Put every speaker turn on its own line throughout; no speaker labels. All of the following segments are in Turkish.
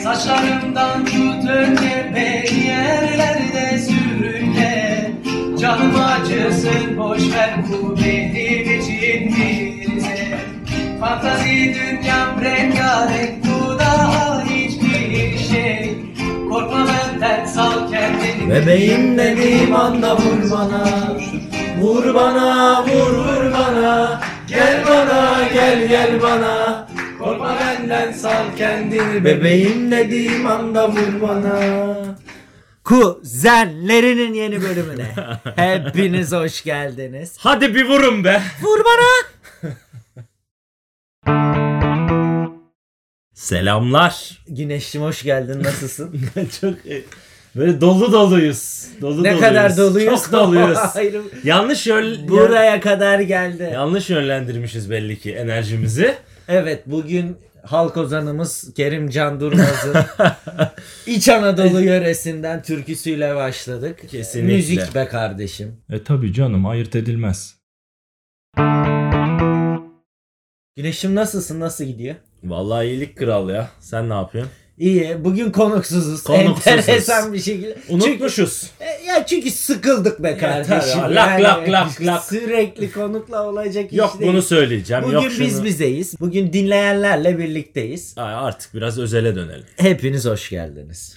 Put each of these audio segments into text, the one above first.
Saçlarımdan tut önce beni yerlerde sürükle. Canım acısın boşver bu benim için bir zevk. Fantazi dünyam rengarenk bu daha hiçbir şey. Korkma benden sal kendini.
Bebeğim dediğim anda vur bana. Vur bana, vur bana. Gel bana, gel bana. Korkma benden sal kendini. Bebeğim dediğim anda vur bana. Kuzenlerinin yeni bölümüne hepiniz hoş geldiniz.
Hadi bir vurun be.
Vur bana.
Selamlar.
Güneşciğim hoş geldin, nasılsın?
Çok iyi. Böyle doluyuz.
Ne kadar doluyuz?
Çok doluyuz.
Hayır. Buraya kadar geldi.
Yanlış yönlendirmişiz belli ki enerjimizi.
Evet, bugün halk ozanımız Kerimcan Durmaz'ın İç Anadolu yöresinden türküsüyle başladık.
Kesinlikle.
Müzik be kardeşim.
Tabii canım, ayırt edilmez.
Güneşim nasılsın? Nasıl gidiyor?
Vallahi iyilik kral ya. Sen ne yapıyorsun?
İyi. Bugün konuksuzuz.
Konuksuzuz.
Enteresan bir şekilde.
Unutmuşuz.
Çünkü sıkıldık be kardeşim.
tabii. Lak.
Sürekli konukla olacak iş
Yok
değil.
bunu söyleyeceğim.
Bugün
yok
biz
şunu.
bizeyiz. Bugün dinleyenlerle birlikteyiz.
Artık biraz özele dönelim.
Hepiniz hoş geldiniz.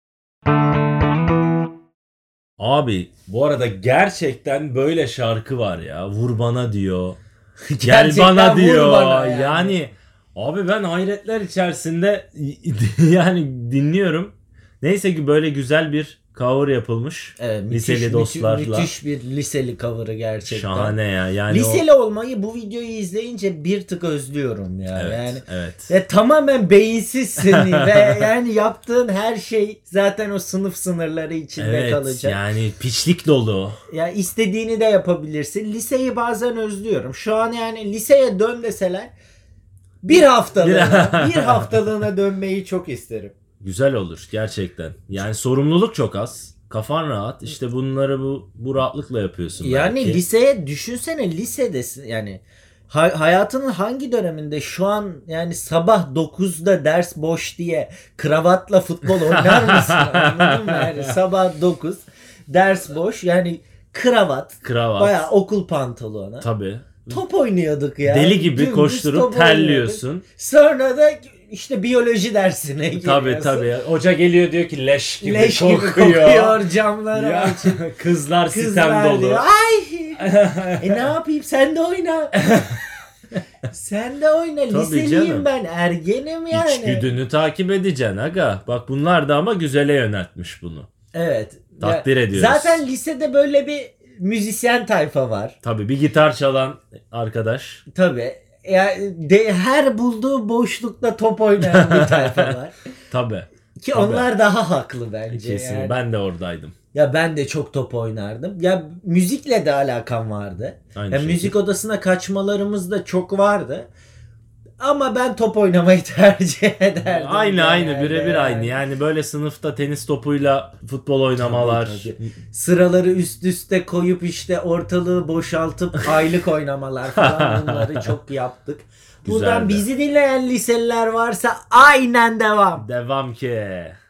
Abi bu arada gerçekten böyle şarkı var ya. Vur bana diyor. Gel
Gerçekten
bana
vur
diyor.
bana
Yani abi ben hayretler içerisinde yani dinliyorum. Neyse ki böyle güzel bir cover yapılmış.
Evet,
liseli dostlarla.
Müthiş bir liseli cover'ı gerçekten.
Şahane ya. Yani
liseli olmayı bu videoyu izleyince bir tık özlüyorum ya.
Evet,
yani.
evet.
Ve tamamen beyinsizsin ve yani yaptığın her şey zaten o sınıf sınırları içinde
Evet,
kalacak.
yani piçlik dolu.
Ya istediğini de yapabilirsin. Liseyi bazen özlüyorum. Şu an yani liseye dön deseler bir haftalığına dönmeyi çok isterim.
Güzel olur gerçekten. Yani sorumluluk çok az. Kafan rahat. İşte bunları bu rahatlıkla yapıyorsun.
Yani
belki.
liseye düşünsene, lisedesin yani. Hayatının hangi döneminde şu an yani sabah 9'da ders boş diye kravatla futbol oynar mısın? Anladın mı? Yani sabah 9 ders boş yani kravat. Bayağı okul pantolonu.
Tabii.
Top oynuyorduk ya.
Deli gibi
Dümdüz
koşturup
top
terliyorsun.
oynuyorduk. Sonra da işte biyoloji dersine giriyorsun.
Tabii. Hoca geliyor diyor ki leş gibi
Leş gibi kokuyor camlara.
Ya, kızlar sitem dolu.
Diyor, ay ne yapayım, sen de oyna. Sen de oyna. Liseliyim
canım.
ben, ergenim yani.
İçgüdünü takip edeceksin aga. Bak bunlar da ama güzele yöneltmiş bunu.
Evet.
Takdir ediyoruz.
Zaten lisede böyle bir müzisyen tayfa var.
Tabii bir gitar çalan arkadaş.
Tabii. Her bulduğu boşlukta top oynayan bir tayfa var.
Tabii.
Ki onlar daha haklı bence.
Kesin.
Yani.
Ben de oradaydım.
Ya ben de çok top oynardım. Ya müzikle de alakam vardı.
Aynı
Ya
şey.
müzik odasına kaçmalarımız da çok vardı. Ama ben top oynamayı tercih ederdim.
Aynı birebir aynı. Yani böyle sınıfta tenis topuyla futbol oynamalar.
Tabii. Sıraları üst üste koyup işte ortalığı boşaltıp aylık oynamalar falan, bunları çok yaptık. Buradan
Güzeldi.
bizi dinleyen liseliler varsa aynen devam.
Devam ki.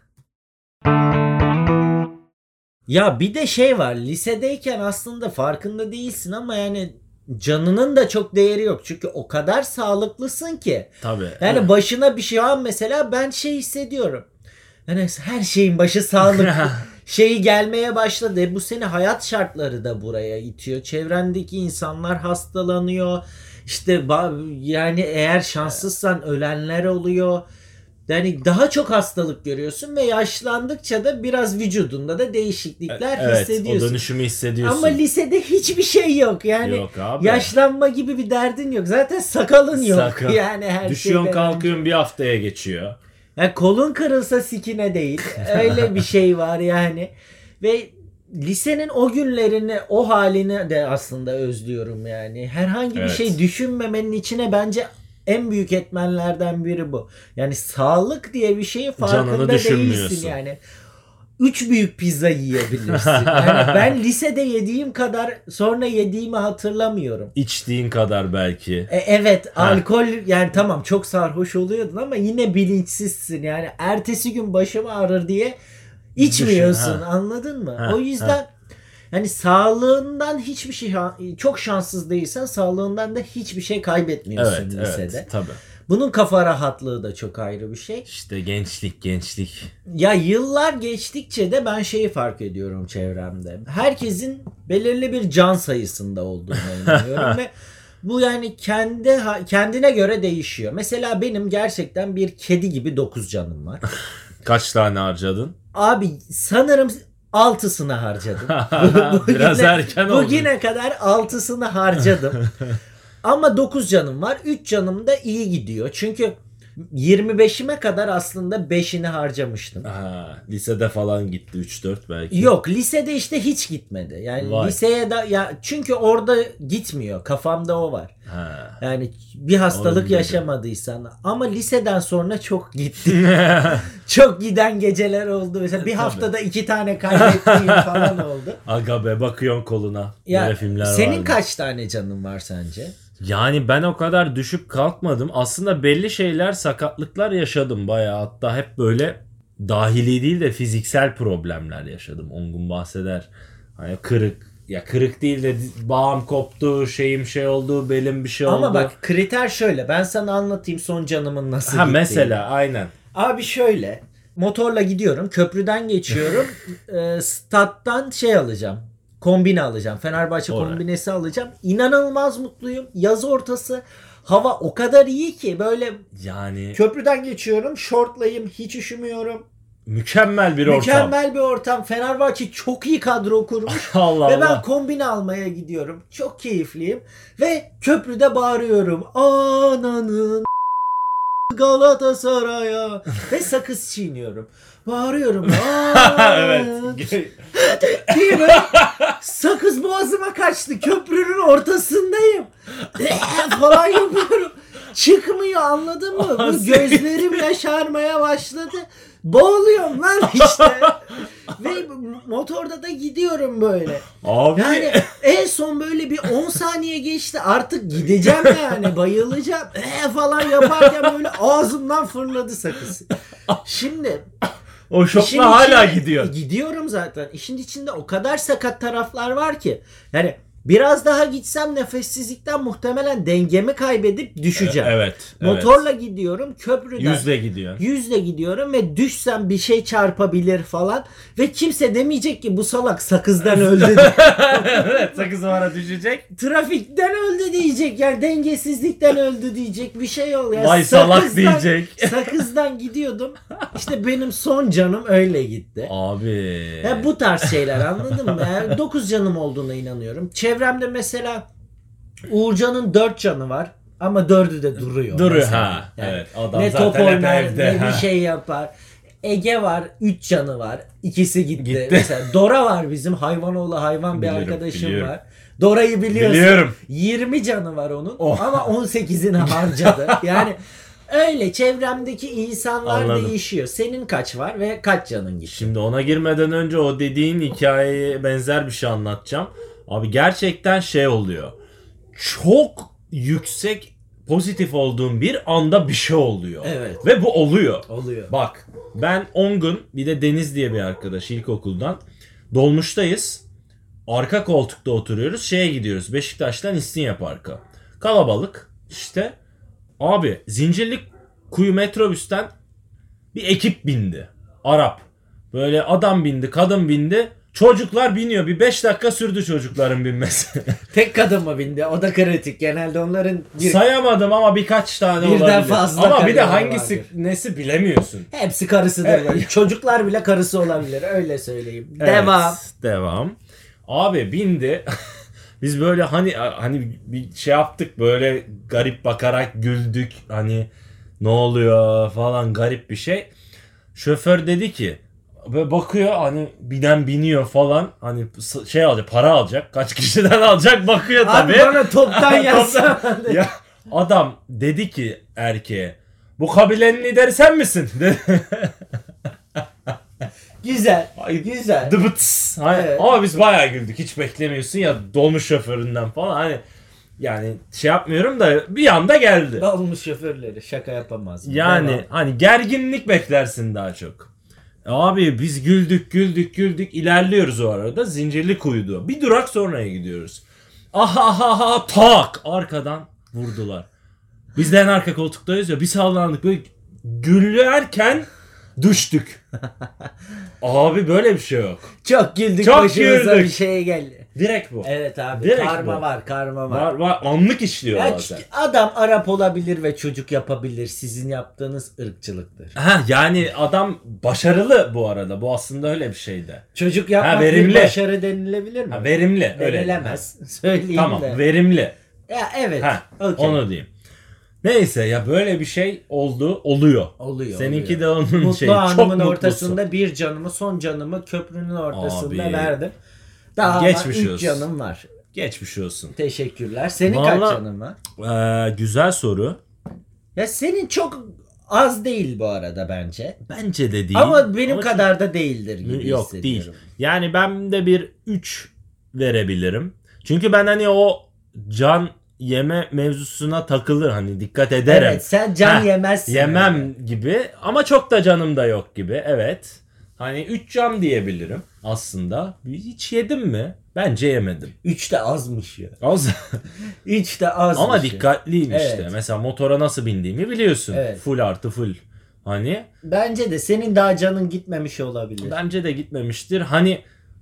Ya bir de şey var, lisedeyken aslında farkında değilsin ama yani canının da çok değeri yok. Çünkü o kadar sağlıklısın ki.
Tabii.
Yani
evet.
başına bir şey var mesela, ben şey hissediyorum. Yani her şeyin başı sağlık şeyi gelmeye başladı. Bu seni hayat şartları da buraya itiyor. Çevrendeki insanlar hastalanıyor. İşte yani eğer şanssızsan ölenler oluyor. Yani daha çok hastalık görüyorsun ve yaşlandıkça da biraz vücudunda da değişiklikler hissediyorsun.
Evet, o dönüşümü hissediyorsun.
Ama lisede hiçbir şey yok. Yani
yok abi.
yaşlanma gibi bir derdin yok. Zaten sakalın yok.
Sakal.
Yani her
düşüyorsun
şeyden
kalkıyorsun
önce.
bir haftaya geçiyor.
Yani kolun kırılsa sikine değil. Öyle bir şey var yani. Ve lisenin o günlerini, o halini de aslında özlüyorum yani. Herhangi bir şey düşünmemenin içine bence en büyük etmenlerden biri bu. Yani sağlık diye bir şeyin farkında değilsin yani. 3 büyük pizza yiyebilirsin. Yani ben lisede yediğim kadar sonra yediğimi hatırlamıyorum.
İçtiğin kadar belki.
Evet, alkol yani tamam çok sarhoş oluyordun ama yine bilinçsizsin. Yani ertesi gün başım ağrır diye içmiyorsun.
Düşün,
anladın mı?
Ha,
O yüzden yani sağlığından hiçbir şey, çok şanssız değilsen sağlığından da hiçbir şey kaybetmiyorsun
Evet,
lisede.
evet tabii.
Bunun kafa rahatlığı da çok ayrı bir şey.
İşte gençlik.
Ya yıllar geçtikçe de ben şeyi fark ediyorum çevremde. Herkesin belirli bir can sayısında olduğunu inanıyorum ve bu yani kendine göre değişiyor. Mesela benim gerçekten bir kedi gibi 9 canım var.
Kaç tane harcadın?
Abi sanırım 6'sını harcadım.
Biraz erken oldu.
Bugüne kadar 6'sını harcadım. Ama 9 canım var. 3 canım da iyi gidiyor. Çünkü 25'ime kadar aslında 5'ini harcamıştım.
Lisede falan gitti 3-4 belki.
Yok, lisede işte hiç gitmedi. Yani
Vay.
liseye de ya çünkü orada gitmiyor. Kafamda o var. Yani bir hastalık
Onu
yaşamadıysan ama liseden sonra çok gitti. Çok giden geceler oldu. Mesela bir haftada 2 tane kaybettiğim falan oldu.
Aga be, bakıyorsun koluna.
Ya
Böyle filmler
senin
vardı.
kaç tane canın var sence?
Yani ben o kadar düşüp kalkmadım. Aslında belli şeyler, sakatlıklar yaşadım bayağı. Hatta hep böyle dahili değil de fiziksel problemler yaşadım. Ongun bahseder. Hani kırık değil de bağım koptu, şey oldu, belim bir şey oldu.
Ama bak kriter şöyle. Ben sana anlatayım son canımın nasıl gittiğini.
Mesela aynen.
Abi şöyle. Motorla gidiyorum. Köprüden geçiyorum. Stat'tan şey alacağım. Kombine alacağım. Fenerbahçe
Oraya.
kombinesi alacağım. İnanılmaz mutluyum. Yaz ortası. Hava o kadar iyi ki böyle
Yani
köprüden geçiyorum. Şortlayım. Hiç üşümüyorum.
mükemmel bir ortam.
Mükemmel bir ortam. Fenerbahçe çok iyi kadro kurmuş.
Allah
Ve ben
Allah.
kombine almaya gidiyorum. Çok keyifliyim. Ve köprüde bağırıyorum. Ananın Galatasaray'a. Ve sakız çiğniyorum. Bağırıyorum.
Evet.
Diye böyle sakız boğazıma kaçtı. Köprünün ortasındayım. Falan yapıyorum. Çıkmıyor, anladın mı? Bu gözlerim yaşarmaya başladı. Boğuluyorum lan işte. Ve motorda da gidiyorum böyle.
Abi.
Yani en son böyle bir 10 saniye geçti. Artık gideceğim yani. Bayılacağım. Falan yaparken böyle ağzımdan fırladı sakız. Şimdi
O
İşin
şokla hala
içine-
gidiyor.
Gidiyorum zaten. İşin içinde o kadar sakat taraflar var ki. Yani biraz daha gitsem nefessizlikten muhtemelen dengemi kaybedip düşeceğim.
Evet.
Motorla gidiyorum köprüden.
Yüzle gidiyor.
Yüzle gidiyorum ve düşsem bir şey çarpabilir falan. Ve kimse demeyecek ki bu salak sakızdan öldü.
Evet, sakız vara düşecek.
Trafikten öldü diyecek. Yani dengesizlikten öldü diyecek. Bir şey oluyor.
Vay salak diyecek.
Sakızdan gidiyordum. İşte benim son canım öyle gitti.
Abi.
Ya bu tarz şeyler, anladın mı? Yani 9 canım olduğuna inanıyorum. Çevremde mesela Uğurcan'ın 4 canı var ama 4'ü de duruyor.
Duruyor
mesela. Yani
evet. Adam
ne
zaten
top
hep
oynar
evde.
ne bir şey yapar. Ege var 3 canı var. İkisi gitti.
Gitti.
Mesela Dora var bizim hayvanoğlu hayvan bir
Biliyorum,
arkadaşım
biliyorum.
var. Dora'yı biliyorsun.
Biliyorum.
20 canı var onun
Oh.
ama 18'ini harcadı. Yani öyle çevremdeki insanlar
Anladım.
değişiyor. Senin kaç var ve kaç canın gitti?
Şimdi ona girmeden önce o dediğin hikayeye benzer bir şey anlatacağım. Abi gerçekten şey oluyor. Çok yüksek pozitif olduğum bir anda bir şey oluyor.
Evet.
Ve bu oluyor.
Oluyor.
Bak ben Ongun bir de Deniz diye bir arkadaş ilkokuldan. Dolmuştayız. Arka koltukta oturuyoruz. Şeye gidiyoruz. Beşiktaş'tan İstinye Park'a. Kalabalık. İşte abi Zincirlikuyu metrobüsten bir ekip bindi. Arap. Böyle adam bindi, kadın bindi. Çocuklar biniyor. Bir 5 dakika sürdü çocukların binmesi.
Tek kadın mı bindi? O da kritik. Genelde onların
Sayamadım ama birkaç tane
Birden
olabilir.
fazla
ama bir de
karıları
hangisi
vardır.
nesi bilemiyorsun.
hepsi karısıdır.
Evet.
Çocuklar bile karısı olabilir. Öyle söyleyeyim.
Evet,
Devam.
Devam. Abi bindi. Biz böyle hani bir şey yaptık, böyle garip bakarak güldük. Hani ne oluyor falan, garip bir şey. Şoför dedi ki, böyle bakıyor hani biniyor falan, hani şey alacak, para alacak, kaç kişiden alacak bakıyor tabii.
Abi bana toptan yazsana.
Ya adam dedi ki erkeğe, bu kabilenin lideri sen misin? Dedi.
Güzel.
Ay,
Güzel.
dıbıts. Hani,
Evet.
ama biz bayağı güldük. Hiç beklemiyorsun ya dolmuş şoföründen falan. Hani yani şey yapmıyorum da bir anda geldi.
Dolmuş şoförleri şaka yapamaz mı?
Yani
Devam.
hani gerginlik beklersin daha çok. Abi biz güldük ilerliyoruz o arada Zincirlikuyu'da. Bir durak sonraya gidiyoruz. Aha tak arkadan vurdular. Biz de en arka koltuktayız ya bir sallandık böyle gülerken düştük. Abi böyle bir şey yok.
Çok güldük,
Çok
başımıza
güldük.
bir şey geldi.
Direkt bu.
Evet abi,
Direkt
karma
bu.
var, karma var.
Var anlık işliyor
Ya
bazen.
adam Arap olabilir ve çocuk yapabilir. Sizin yaptığınız ırkçılıktır.
Ha yani adam başarılı bu arada. Bu aslında öyle bir şeydi.
Çocuk yapmak bir
verimli.
başarı denilebilir mi?
Ha, verimli. Öyle.
Denilemez. Söyleyeyim
Tamam
de.
verimli.
Ya evet.
Ha,
okey.
onu diyeyim. Neyse ya böyle bir şey oluyor.
Oluyor.
Seninki
oluyor.
de onun
Mutlu
şeyi. Çok
anımın
mutlusun.
ortasında bir canımı, son canımı köprünün ortasında
Abi.
verdim. Daha
Geçmiş
3
olsun.
canım var.
Geçmiş olsun.
Teşekkürler. Senin
Vallahi-
kaç canın var?
Güzel soru.
Ya senin çok az değil bu arada bence.
Bence de değil.
Ama benim
Ama
kadar da değildir gibi
yok
hissediyorum.
değil. Yani ben de bir 3 verebilirim. Çünkü ben hani o can yeme mevzusuna takılır hani dikkat ederim.
Evet, sen can
Ha,
yemezsin.
Yemem
yani.
gibi ama çok da canım da yok gibi. Evet. Hani 3 can diyebilirim aslında. Hiç yedim mi? Bence yemedim.
3 de azmış ya.
Az
3 de azmış.
ama
ya.
dikkatliyim
Evet.
işte. Mesela motora nasıl bindiğimi biliyorsun.
Evet.
Full artı full. Hani
Bence de senin daha canın gitmemiş olabilir.
bence de gitmemiştir. Hani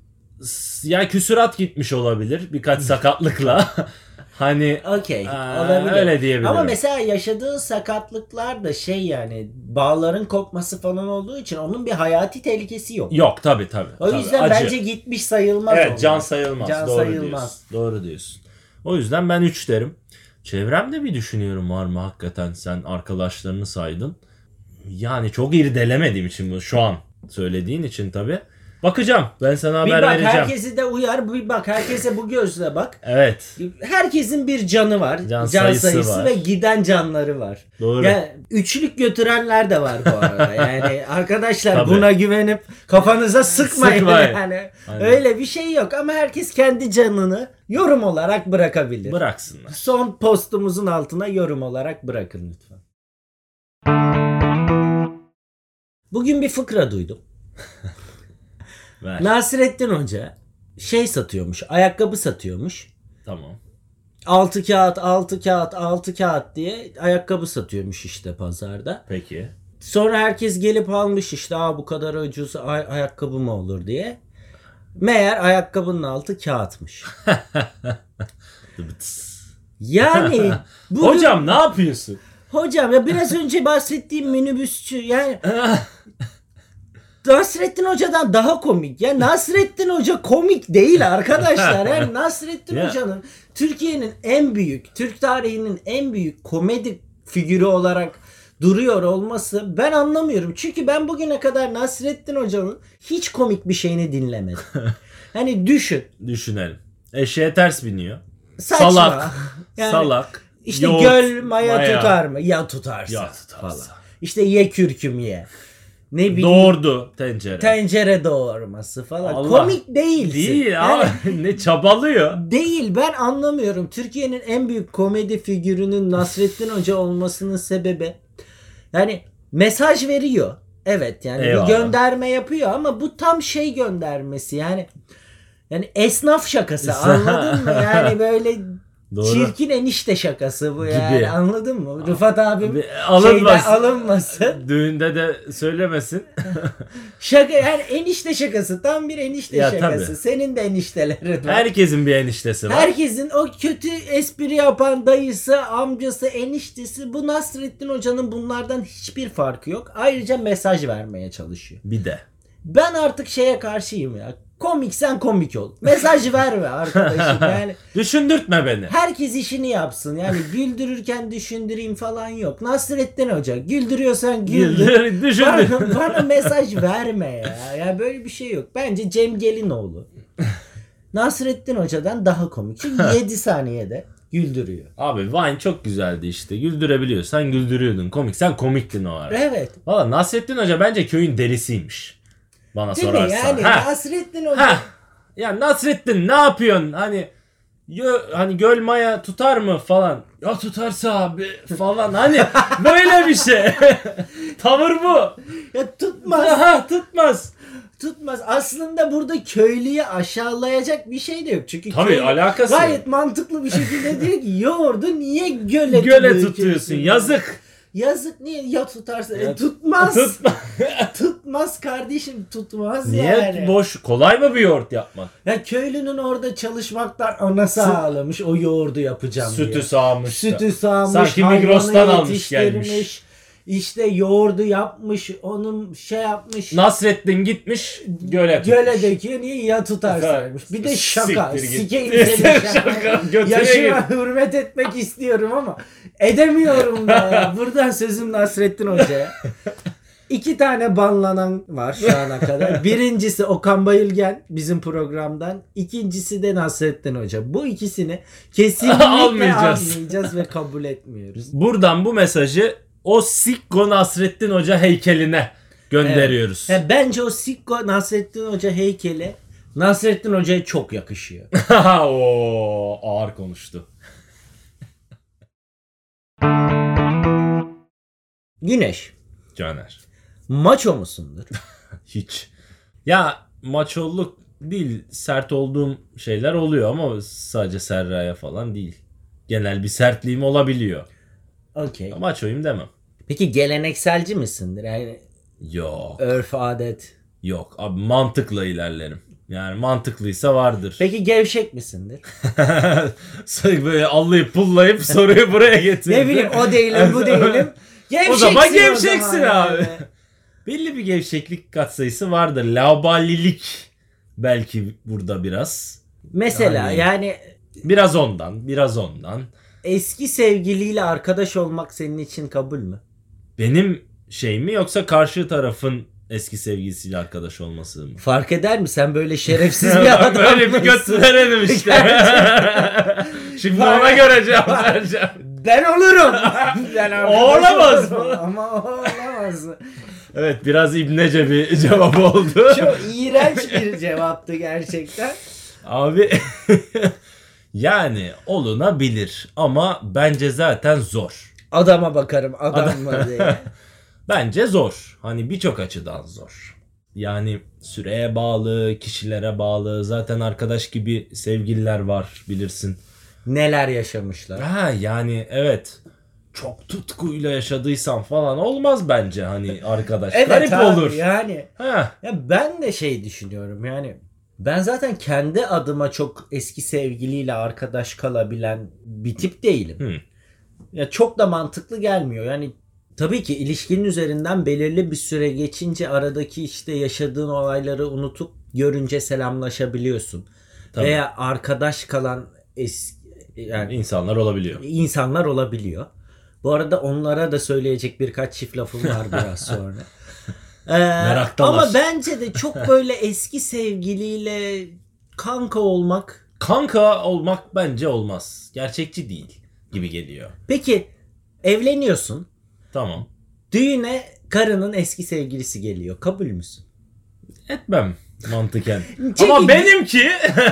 ya küsurat gitmiş olabilir birkaç sakatlıkla. Hani
Okey.
Aa,
Olabilir.
öyle diyebilirim.
Ama mesela yaşadığı sakatlıklar da şey yani bağların kopması falan olduğu için onun bir hayati tehlikesi yok.
yok tabii.
O
Tabii,
yüzden
acı.
bence gitmiş sayılmaz.
Evet
onlar.
can sayılmaz.
Can
Doğru
sayılmaz.
diyorsun. Doğru diyorsun. O yüzden ben 3 derim. Çevremde bir düşünüyorum var mı hakikaten sen arkadaşlarını saydın. Yani çok irdelemediğim için bu şu an söylediğin için tabii. Bakacağım. Ben sana
Bir
haber
bak
vereceğim.
herkesi de uyar. Bir bak herkese bu gözle bak.
Evet.
Herkesin bir canı var.
Can
Can
sayısı var.
ve giden canları var.
Doğru.
Ya üçlük götürenler de var bu arada. Yani arkadaşlar
Tabii.
buna güvenip kafanıza sıkmayın.
Sıkmayın.
Yani
Aynen.
öyle bir şey yok ama herkes kendi canını yorum olarak bırakabilir.
Bıraksınlar.
Son postumuzun altına yorum olarak bırakın lütfen. Bugün bir fıkra duydum.
Ver.
Nasrettin Hoca şey satıyormuş, ayakkabı satıyormuş.
Tamam.
6 kağıt, 6 kağıt, 6 kağıt diye ayakkabı satıyormuş işte pazarda.
Peki.
Sonra herkes gelip almış işte bu kadar ucuz ayakkabı mı olur diye. Meğer ayakkabının altı kağıtmış. Yani bu
Hocam ne yapıyorsun?
Hocam ya biraz önce bahsettiğim minibüsçü yani Nasrettin Hoca'dan daha komik. Ya Nasrettin Hoca komik değil arkadaşlar. Yani Nasrettin
Ya.
Hoca'nın Türkiye'nin en büyük, Türk tarihinin en büyük komedi figürü olarak duruyor olması ben anlamıyorum. Çünkü ben bugüne kadar Nasrettin Hoca'nın hiç komik bir şeyini dinlemedim. Hani düşün.
Düşünelim. Eşeğe ters biniyor.
Saçma.
Salak.
Yani
Salak.
İşte
yoğurt,
göl maya tutar mı? Ya tutarsa.
Ya tutarsa.
Falan. İşte ye kürküm ye. Ne bileyim.
Doğurdu tencere.
Tencere doğurması falan.
Allah.
Komik değilsin.
Değil
Yani
abi. Ne çabalıyor.
değil, ben anlamıyorum. Türkiye'nin en büyük komedi figürünün Nasrettin Hoca olmasının sebebi yani mesaj veriyor. Evet yani
Eyvallah.
bir gönderme yapıyor ama bu tam şey göndermesi yani esnaf şakası anladın mı? Yani böyle
Doğru.
çirkin enişte şakası bu yani
Gibi.
anladın mı? Rıfat abim
Alınmasın.
şeyden alınmasın.
Düğünde de söylemesin.
Şaka yani enişte şakası, tam bir enişte
Ya
şakası.
tabii.
Senin de eniştelerin var.
Herkesin bir eniştesi var.
Herkesin o kötü espri yapan dayısı, amcası, eniştesi, bu Nasrettin Hoca'nın bunlardan hiçbir farkı yok. Ayrıca mesaj vermeye çalışıyor.
Bir de.
Ben artık şeye karşıyım ya. Komiksen komik ol. Mesaj verme arkadaşım yani.
Düşündürtme beni.
Herkes işini yapsın. Yani güldürürken düşündüreyim falan yok. Nasrettin Hoca güldürüyorsan güldür.
Düşündür.
Bana mesaj verme ya. Ya böyle bir şey yok. Bence Cem Gelinoğlu Nasrettin Hoca'dan daha komik. Çünkü 7 saniyede güldürüyor.
Abi Vine çok güzeldi işte. Güldürebiliyorsan güldürüyordun. Komik. Sen komiktin o ara.
Evet.
Valla Nasrettin Hoca bence köyün delisiymiş. Bana
Değil mi?
sorarsan.
Yani
Ha.
Nasrettin Hoca.
Ha. Ya Nasrettin ne yapıyorsun? Hani göl maya tutar mı falan. Ya tutarsa abi falan. Hani böyle bir şey. Tavır bu.
Ya tutmaz.
Aha, tutmaz.
Tutmaz. Aslında burada köylüyü aşağılayacak bir şey de yok. Çünkü
Tabii,
köylü
alakası yok.
gayet mantıklı bir şekilde diyor ki yoğurdu niye göle
Tutuyorsun. Yazık.
Yazık, niye ya tutarsa?
Ya,
Tutmaz.
Tutma.
Tutmaz kardeşim, tutmaz
Niye
yani.
boş? Kolay mı bir yoğurt yapmak?
Ya köylünün orada çalışmaktan anası ağlamış, o yoğurdu yapacağım diye.
Sütü sağmış.
Sütü sağmış,
Sanki
hayvanı
Migros'tan almış
yetiştirmiş,
gelmiş.
İşte yoğurdu yapmış, onun şey yapmış.
Nasrettin gitmiş göle tutmuş.
Göle döküyor, niye ya tutarsaymış. Bir de şaka.
Siktir git.
Sikeyim seni şaka.
Şaka, götüne
Yaşıma
git.
hürmet etmek istiyorum ama edemiyorum da ya. Buradan sözüm Nasrettin Hoca'ya. 2 tane banlanan var şu ana kadar. Birincisi Okan Bayülgen bizim programdan. İkincisi de Nasrettin Hoca. Bu ikisini kesinlikle almayacağız ve kabul etmiyoruz.
Buradan bu mesajı o Sikko Nasrettin Hoca heykeline gönderiyoruz.
Ya bence o Sikko Nasrettin Hoca heykeli Nasrettin Hoca'ya çok yakışıyor.
Oo, ağır konuştu.
Güneş,
Caner.
maço musundur?
Hiç. Ya maçolluk değil, sert olduğum şeyler oluyor ama sadece Serra'ya falan değil. Genel bir sertliğim olabiliyor.
Okey.
Maçoyum demem.
Peki gelenekselci misindir? Yani
Yok.
örf, adet.
Yok. Abi mantıkla ilerlerim. Yani mantıklıysa vardır.
Peki gevşek misindir?
Böyle allayıp pullayıp soruyu buraya getirdi.
Ne bileyim, o değilim bu değilim. Gevşeksin
O zaman gevşeksin
zaman
abi.
yani.
Belli bir gevşeklik katsayısı vardır. Laubalilik belki burada biraz.
Mesela
Yani-
yani
Biraz ondan, biraz ondan.
eski sevgiliyle arkadaş olmak senin için kabul mü?
Benim şey mi yoksa karşı tarafın eski sevgilisiyle arkadaş olması mı?
Fark eder mi? Sen böyle şerefsiz bir adam
Böyle bir göt verelim işte. Şimdi ona göre cevap vereceğim.
Ben olurum. Ben arkadaş
Olamaz
olurum.
mı?
Ama o olamaz.
Evet, biraz ibnece bir cevap oldu.
Çok iğrenç bir cevaptı gerçekten.
Abi yani olunabilir ama bence zaten zor.
Adama bakarım, adam mı diye.
Bence zor. Hani birçok açıdan zor. Yani süreye bağlı, kişilere bağlı. Zaten arkadaş gibi sevgililer var bilirsin.
Neler yaşamışlar.
Ha yani evet. Çok tutkuyla yaşadıysan falan olmaz bence hani arkadaş. Garip
abi,
olur.
yani.
Ha.
Ya ben de şey düşünüyorum yani. Ben zaten kendi adıma çok eski sevgiliyle arkadaş kalabilen bir tip değilim.
Hı.
Ya çok da mantıklı gelmiyor. Yani tabii ki ilişkinin üzerinden belirli bir süre geçince aradaki işte yaşadığın olayları unutup görünce selamlaşabiliyorsun.
Tabii.
Veya arkadaş kalan yani
İnsanlar olabiliyor.
insanlar olabiliyor. Bu arada onlara da söyleyecek birkaç çift lafım var biraz sonra.
Meraktalar.
Ama bence de çok böyle eski sevgiliyle kanka olmak.
Kanka olmak bence olmaz. Gerçekçi değil gibi geliyor.
Peki evleniyorsun.
Tamam.
Düğüne karının eski sevgilisi geliyor. Kabul müsün?
Etmem mantıken.
Çünkü-
Ama benimki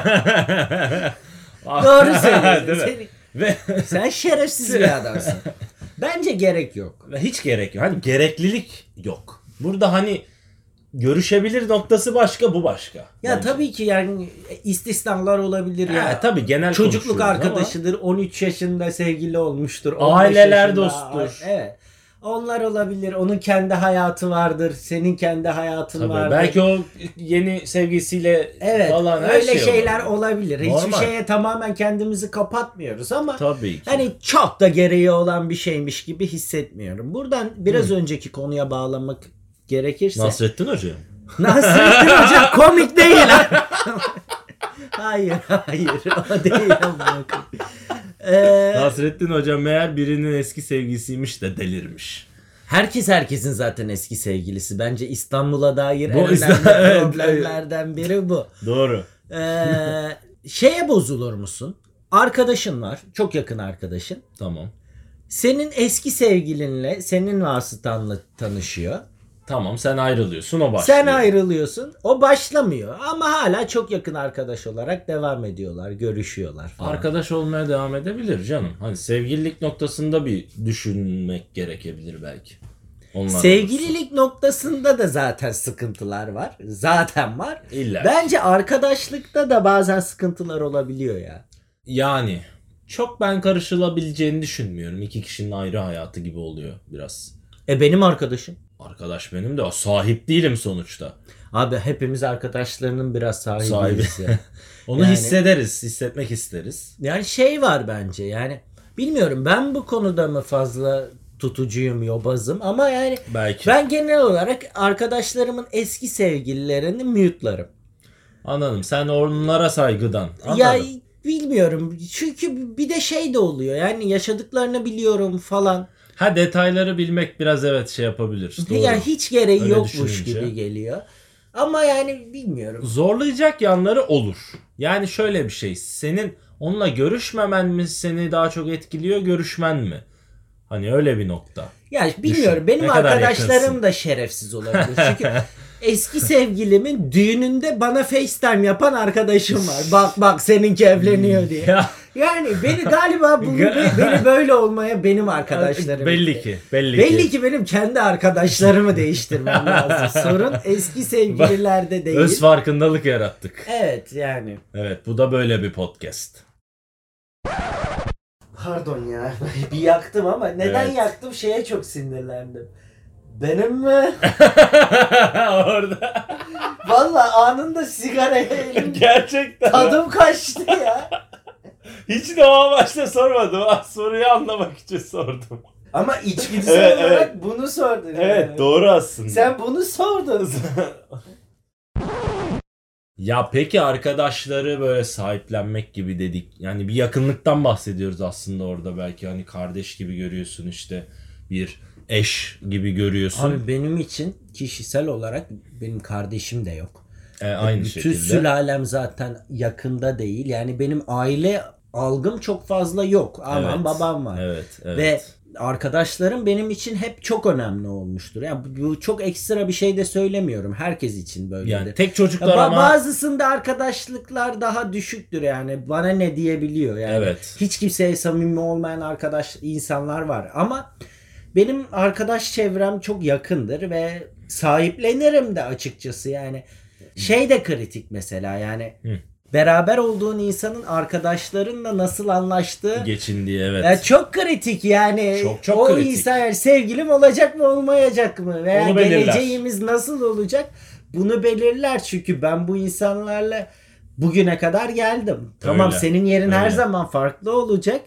Doğru söylüyorsun.
Değil mi?
Seni-
Ve
Sen şerefsiz bir adamsın. Bence gerek yok.
hiç gerek yok. Hani gereklilik yok. Burada hani görüşebilir noktası başka, bu başka.
Ya
bence.
tabii ki yani istisnalar olabilir ya.
Ha, tabii genel
Çocukluk
konuşuyoruz
arkadaşıdır. 13 yaşında sevgili olmuştur. 15
Aileler
yaşında-
dosttur.
Evet. Onlar olabilir. Onun kendi hayatı vardır. Senin kendi hayatın
Tabii,
vardır.
belki o yeni sevgilisiyle
Evet.
falan her
öyle
şey
şeyler olabilir. Hiçbir
Normal.
şeye tamamen kendimizi kapatmıyoruz ama
Tabii ki.
hani çok da gereği olan bir şeymiş gibi hissetmiyorum. Buradan biraz önceki konuya bağlamak gerekirse.
Nasrettin Hoca.
Nasrettin Hoca komik değil. hayır o değil. amına koyayım.
Nasrettin Hoca meğer birinin eski sevgilisiymiş de delirmiş.
Herkesin zaten eski sevgilisi. Bence İstanbul'a dair
Bu
en önemli
Evet,
problemlerden biri bu.
Doğru.
Şeye bozulur musun? Arkadaşın var. Çok yakın arkadaşın.
Tamam.
Senin eski sevgilinle senin vasıtanla tanışıyor.
Tamam, sen ayrılıyorsun, o başlıyor.
Sen ayrılıyorsun. O başlamıyor ama hala çok yakın arkadaş olarak devam ediyorlar. Görüşüyorlar falan.
Arkadaş olmaya devam edebilir canım. Hani sevgililik noktasında bir düşünmek gerekebilir belki. Onlar
Sevgililik noktasında da zaten sıkıntılar var. Zaten var.
İlla.
Bence arkadaşlıkta da bazen sıkıntılar olabiliyor ya.
Yani çok ben karışılabileceğini düşünmüyorum. İki kişinin ayrı hayatı gibi oluyor biraz.
Benim arkadaşım.
Arkadaş benim de, sahip değilim sonuçta.
Abi hepimiz arkadaşlarının biraz sahibiyiz
Sahibi.
ya.
Onu
Yani-
hissederiz, hissetmek isteriz.
Yani şey var bence yani bilmiyorum ben bu konuda mı fazla tutucuyum, yobazım ama yani
Belki.
ben genel olarak arkadaşlarımın eski sevgililerini mute'larım.
Anladım. Sen onlara saygıdan.
Ya
Anladım.
bilmiyorum çünkü bir de şey de oluyor yani yaşadıklarını biliyorum falan.
Ha, detayları bilmek biraz evet şey yapabilir. Doğru.
Yani hiç gereği
Öyle
yokmuş
düşününce.
gibi geliyor. Ama yani bilmiyorum.
Zorlayacak yanları olur. Yani şöyle bir şey. Senin onunla görüşmemen mi seni daha çok etkiliyor, görüşmen mi? Hani öyle bir nokta.
Yani bilmiyorum
Düşün.
benim
Ne kadar
arkadaşlarım
yakınsın.
da şerefsiz olabilir. Çünkü eski sevgilimin düğününde bana FaceTime yapan arkadaşım var. Bak seninki evleniyor diye.
Ya,
Yani beni galiba beni böyle olmaya benim arkadaşlarım.
belli ki.
Belli ki benim kendi arkadaşlarımı değiştirmem lazım. Sorun eski sevgililerde değil.
Öz farkındalık yarattık.
Evet yani.
Evet, bu da böyle bir podcast.
Pardon ya. Bir yaktım ama neden
Evet.
yaktım şeye çok sinirlendim. Benim mi?
Orada.
Valla anında sigaraya elim
Gerçekten.
tadım kaçtı ya.
Hiç de o amaçla sormadım. Soruyu anlamak için sordum.
Ama içgüdüsel
Evet,
olarak bunu sordun.
Evet,
yani.
doğru aslında.
Sen bunu sordun.
Ya peki arkadaşları böyle sahiplenmek gibi dedik. Yani bir yakınlıktan bahsediyoruz aslında orada, belki hani kardeş gibi görüyorsun, işte bir eş gibi görüyorsun.
Abi benim için kişisel olarak benim kardeşim de yok.
Aynı
Bütün
şekilde.
sülalem zaten yakında değil. Yani benim aile algım çok fazla yok. Anam
Evet,
babam var.
Evet, evet.
Ve arkadaşlarım benim için hep çok önemli olmuştur. Yani bu çok ekstra bir şey de söylemiyorum. Herkes için böyledir.
Yani tek
Ya
çocuklar ama
bazısında arkadaşlıklar daha düşüktür yani. Bana ne diyebiliyor yani.
Evet.
Hiç kimseye samimi olmayan insanlar var ama benim arkadaş çevrem çok yakındır ve sahiplenirim de açıkçası yani. Şey de kritik mesela yani. Beraber olduğun insanın arkadaşlarınla nasıl anlaştığı
geçindiği, evet.
ya çok kritik yani.
Çok
o
kritik.
insan yani sevgilim olacak mı olmayacak mı veya
Onu belirler.
geleceğimiz nasıl olacak bunu belirler çünkü ben bu insanlarla bugüne kadar geldim. Tamam
Öyle,
senin yerin her
öyle.
zaman farklı olacak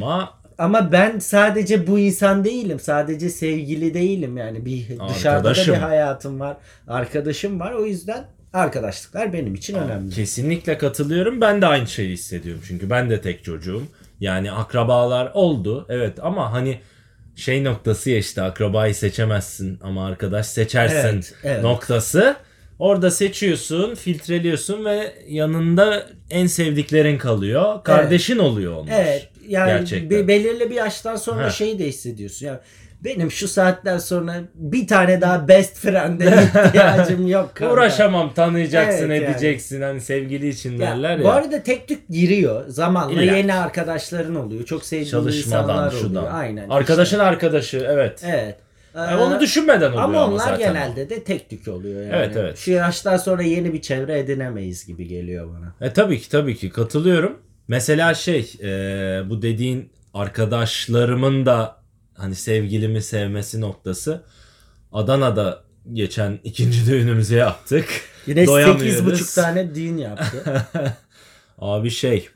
Ama
ben sadece bu insan değilim. Sadece sevgili değilim yani. Dışarıda da
Arkadaşım.
bir hayatım var. Arkadaşım var. O yüzden arkadaşlıklar benim için önemli.
kesinlikle katılıyorum. Ben de aynı şeyi hissediyorum. Çünkü ben de tek çocuğum. Yani akrabalar oldu. Evet, ama hani şey noktası ya, işte akrabayı seçemezsin ama arkadaş seçersin
Evet.
noktası. Orada seçiyorsun, filtreliyorsun ve yanında en sevdiklerin kalıyor. Kardeşin oluyor onlar.
Evet. Yani
Gerçekten.
belirli bir yaştan sonra
Ha.
şeyi de hissediyorsun. Yani benim şu saatten sonra bir tane daha best friend'e ihtiyacım yok. kanka.
Uğraşamam, tanıyacaksın,
Evet, yani.
edeceksin. Hani sevgili için derler ya.
Bu arada tek tük giriyor. Zamanla
İlla.
yeni arkadaşların oluyor. Çok sevdiğin
Çalışmadan,
insanlar
şudan.
oluyor. Aynen.
Arkadaşın arkadaşı, evet.
Evet.
Onu düşünmeden oluyor
ama onlar
zaten.
genelde de tek tük oluyor yani.
Evet, evet.
Şu yaştan sonra yeni bir çevre edinemeyiz gibi geliyor bana.
Tabii ki katılıyorum. Mesela bu dediğin arkadaşlarımın da hani sevgilimi sevmesi noktası. Adana'da geçen ikinci düğünümüzü yaptık.
Yine
Doyamıyoruz.
8,5 tane düğün yaptı.
Abi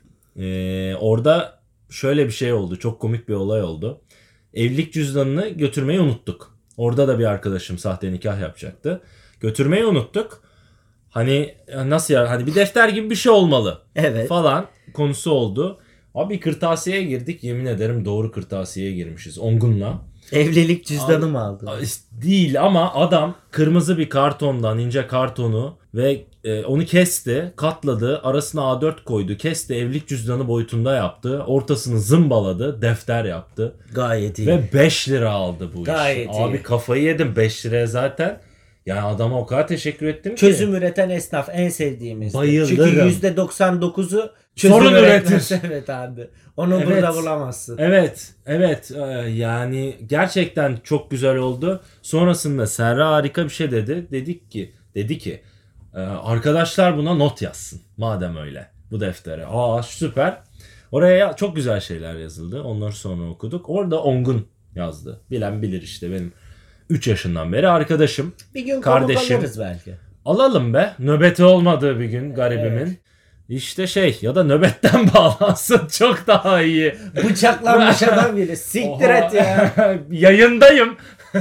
orada şöyle bir şey oldu. Çok komik bir olay oldu. Evlilik cüzdanını götürmeyi unuttuk. Orada da bir arkadaşım sahte nikah yapacaktı. Götürmeyi unuttuk. Hani nasıl ya, hani bir defter gibi bir şey olmalı
Evet.
falan konusu oldu. Abi kırtasiyeye girdik, yemin ederim doğru kırtasiyeye girmişiz Ongun'la.
Evlilik cüzdanı mı aldın?
Değil ama adam kırmızı bir kartondan, ince kartonu ve onu kesti, katladı, arasına A4 koydu, kesti, evlilik cüzdanı boyutunda yaptı, ortasını zımbaladı, defter yaptı
Gayet iyi.
ve 5 lira aldı bu
Gayet
iş.
iyi.
Abi kafayı yedim, 5 liraya zaten Yani adama o kadar teşekkür ettim ki.
Çözüm üreten esnaf en sevdiğimiz.
Bayılırım.
Çünkü %99'u çözüm
Sorun
üretmez.
üretir.
Evet abi. Onu
Evet.
burada bulamazsın.
Evet, yani gerçekten çok güzel oldu. Sonrasında Serra harika bir şey dedi. Dedi ki arkadaşlar buna not yazsın madem öyle bu deftere. Süper. Oraya çok güzel şeyler yazıldı. Onları sonra okuduk. Orada Ongun yazdı. Bilen bilir işte benim 3 yaşından beri arkadaşım.
Bir gün
Kardeşim.
konuk alırız belki.
Alalım be. Nöbeti olmadığı bir gün garibimin.
Evet.
İşte ya da nöbetten bağlansın çok daha iyi.
Bıçaklanmış adam biri. Siktir et ya.
Yayındayım.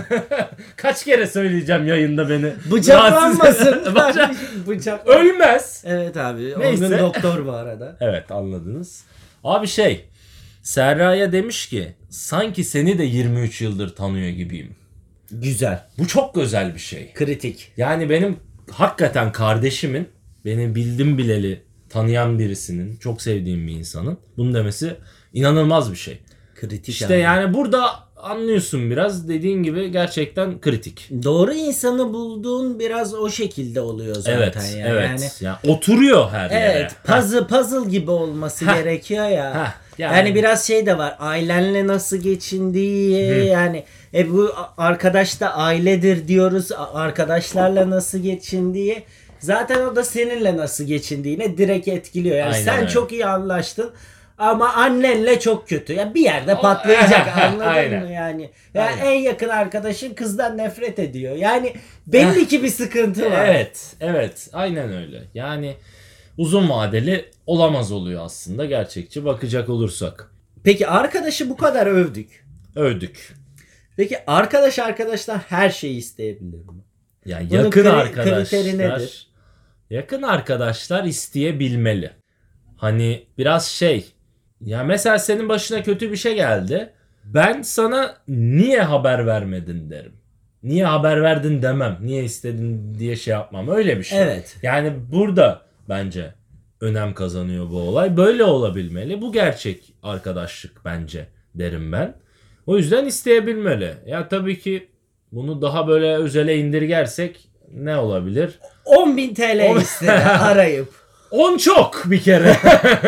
Kaç kere söyleyeceğim yayında beni.
Bıçaklanmasın.
Bıçak-
Bıçak.
Ölmez.
Evet abi.
Neyse.
Onun doktor bu arada.
Evet anladınız. Abi Serra'ya demiş ki sanki seni de 23 yıldır tanıyor gibiyim.
Güzel.
Bu çok özel bir şey.
Kritik.
Yani benim hakikaten kardeşimin beni bildim bileli tanıyan birisinin çok sevdiğim bir insanın bunu demesi inanılmaz bir şey.
Kritik
İşte
abi.
yani burada anlıyorsun biraz dediğin gibi gerçekten kritik.
Doğru insanı bulduğun biraz o şekilde oluyor zaten
Evet,
ya.
evet.
Yani
Yani oturuyor her yere.
evet, puzzle gibi olması gerekiyor ya.
Heh,
yani biraz şey de var. Ailenle nasıl geçindiği yani bu arkadaş da ailedir diyoruz. Arkadaşlarla nasıl geçindiği. Zaten o da seninle nasıl geçindiğine direkt etkiliyor. Yani
Aynen
sen
öyle.
çok iyi anlaştın ama annenle çok kötü. Ya bir yerde patlayacak anladın
Aynen.
mı yani? Ya
Aynen.
en yakın arkadaşın kızdan nefret ediyor. Yani belli ki bir sıkıntı var.
Evet, aynen öyle. Yani uzun vadeli olamaz oluyor aslında gerçekçi bakacak olursak.
Peki arkadaşı bu kadar övdük.
Övdük.
Peki arkadaşlar her şeyi isteyebilir mi?
Yani
Bunun
yakın
kriteri
arkadaşlar
nedir?
yakın arkadaşlar isteyebilmeli. Hani biraz ya mesela senin başına kötü bir şey geldi. Ben sana niye haber vermedin derim. Niye haber verdin demem. Niye istedin diye yapmam. Öyle bir şey.
Evet.
Yani burada bence önem kazanıyor bu olay. Böyle olabilmeli. Bu gerçek arkadaşlık bence derim ben. O yüzden isteyebilmeli. Ya tabii ki bunu daha böyle özele indirgersek ne olabilir?
10.000 TL istedi arayıp.
10 çok bir kere.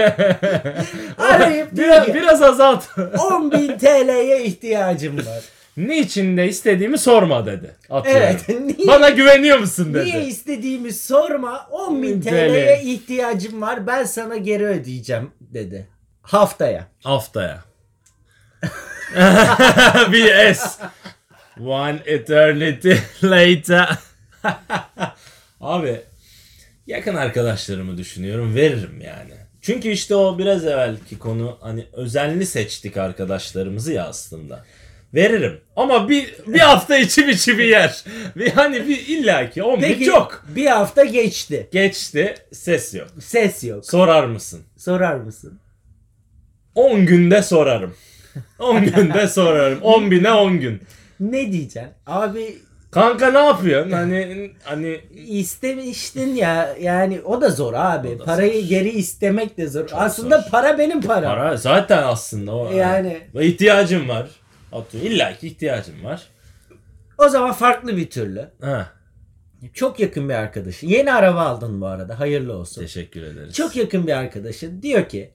Arayıp diyor ki,
biraz azalt.
10.000 TL'ye ihtiyacım var.
Niçin de istediğimi sorma dedi. Atıyorum.
Evet. Niye,
Bana güveniyor musun dedi.
niye istediğimi sorma. 10.000
TL.
TL'ye ihtiyacım var. Ben sana geri ödeyeceğim dedi. Haftaya.
Haftaya. Bir S. One eternity later. Abi yakın arkadaşlarımı düşünüyorum veririm yani. Çünkü işte o biraz evvelki konu hani özenli seçtik arkadaşlarımızı ya aslında. Veririm ama bir hafta içi bir yer. Bir illaki 10 bin
Peki
çok.
bir hafta geçti.
Geçti ses yok.
Ses yok.
Sorar mısın?
Sorar mısın?
10 günde sorarım. 10 günde sorarım. 10 bine 10 gün.
Ne diyeceksin? Abi
Kanka ne yapıyorsun? Hani
istemiştin ya yani o da zor abi.
O da
Parayı
zor.
geri istemek de zor. Aslında
zor.
para benim param.
para zaten aslında o.
Yani.
ihtiyacım var. Atıyorum illa ki ihtiyacım var.
O zaman farklı bir türlü.
Ha,
Çok yakın bir arkadaşı. Yeni araba aldın bu arada. Hayırlı olsun.
teşekkür ederiz.
Çok yakın bir arkadaşın diyor ki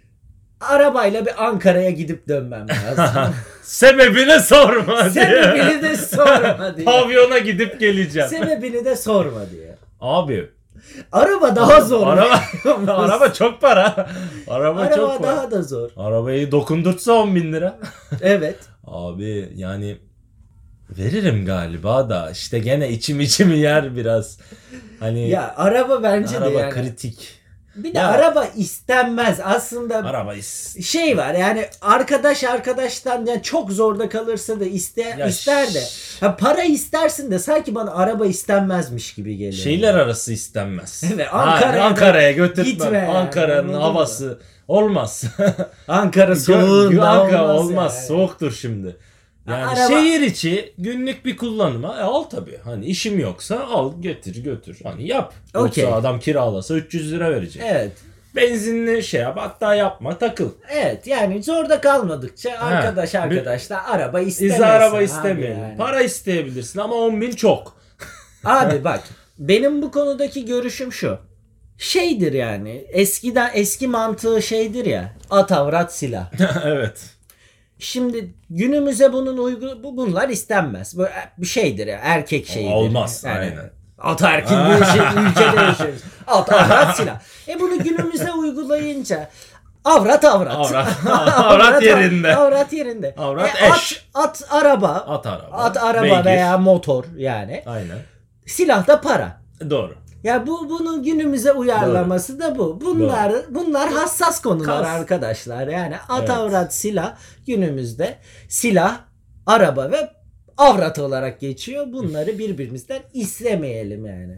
arabayla bir Ankara'ya gidip dönmem lazım.
Sebebini sorma diye.
Sebebini de sorma diye.
Pavyona gidip geleceğim.
Sebebini de sorma diye.
Abi.
Araba daha zor.
Araba çok para. Araba çok
Araba
para.
daha da zor.
Arabayı dokundurtsa 10 bin lira.
Evet.
Abi yani veririm galiba da işte gene içimi yer biraz. Hani
Ya araba bence
araba
de yani.
kritik.
Bir de
Ya.
araba istenmez. Aslında
Araba
şey var yani arkadaştan yani çok zorda kalırsa da
Ya
ister de. Ha, para istersin de sanki bana araba istenmezmiş gibi geliyor.
şeyler arası istenmez.
Evet,
Ankara'ya götürtmem.
gitme yani,
Ankara'nın
anladın
havası olmaz.
Ankara soğuğunda
Ankara
olmaz. Yani.
Soğuktur şimdi. Yani
Araba-
şehir içi günlük bir kullanıma al tabii. Hani işim yoksa al getir götür. Hani yap.
Okey.
Yoksa adam kiralasa 300 lira verecek.
Evet.
Benzinli yap hatta yapma takıl.
Evet yani zorda kalmadıkça arkadaşlar araba istemesin.
İze araba
abi
istemeyelim.
yani.
Para isteyebilirsin ama 10 bin çok.
Abi bak benim bu konudaki görüşüm şu. Şeydir yani eski mantığı şeydir ya, at avrat silah.
Evet.
Şimdi günümüze bunlar istenmez. Böyle bir şeydir ya, erkek şeyidir.
Olmaz,
Yani,
aynen.
ataerkil bir ülkede yaşıyoruz. At avrat silah. Bunu günümüze uygulayınca avrat.
Avrat yerinde.
Avrat yerinde.
Avrat eş.
At araba.
At araba.
Beygir.
Veya
motor yani.
aynen.
Silah da para.
Doğru.
Ya bunun günümüze uyarlaması da bu. Bunlar hassas konular arkadaşlar. Yani at avrat silah günümüzde silah, araba ve avrat olarak geçiyor. Bunları birbirimizden istemeyelim yani.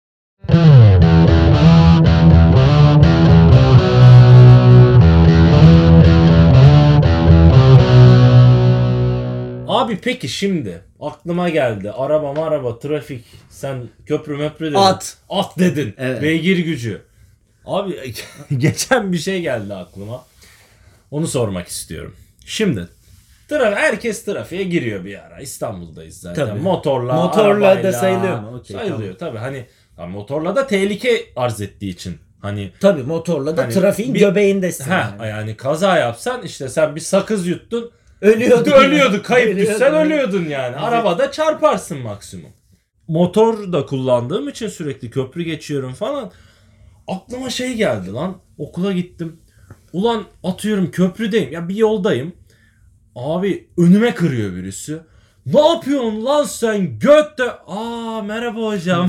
Abi peki şimdi aklıma geldi. Araba, trafik. Sen köprü dedin. At dedin.
Evet.
Beygir gücü. Abi geçen bir şey geldi aklıma. Onu sormak istiyorum. Şimdi herkes trafiğe giriyor bir ara. İstanbul'dayız zaten.
Tabii.
Motorla
da
arabayla.
sayılıyor mu? Okay,
sayılıyor tabii. Hani motorla da tehlike arz ettiği için. Hani
tabii motorla da
hani
trafiğin göbeğindesin.
yani kaza yapsan işte sen bir sakız yuttun.
Ölüyordu.
Kayıp düşsen ölüyordun yani. Arabada çarparsın maksimum. Motor da kullandığım için sürekli köprü geçiyorum falan. Aklıma şey geldi lan. Okula gittim. Ulan atıyorum köprüdeyim. Ya bir yoldayım. Abi önüme kırıyor birisi. Ne yapıyorsun lan sen götte? Merhaba hocam.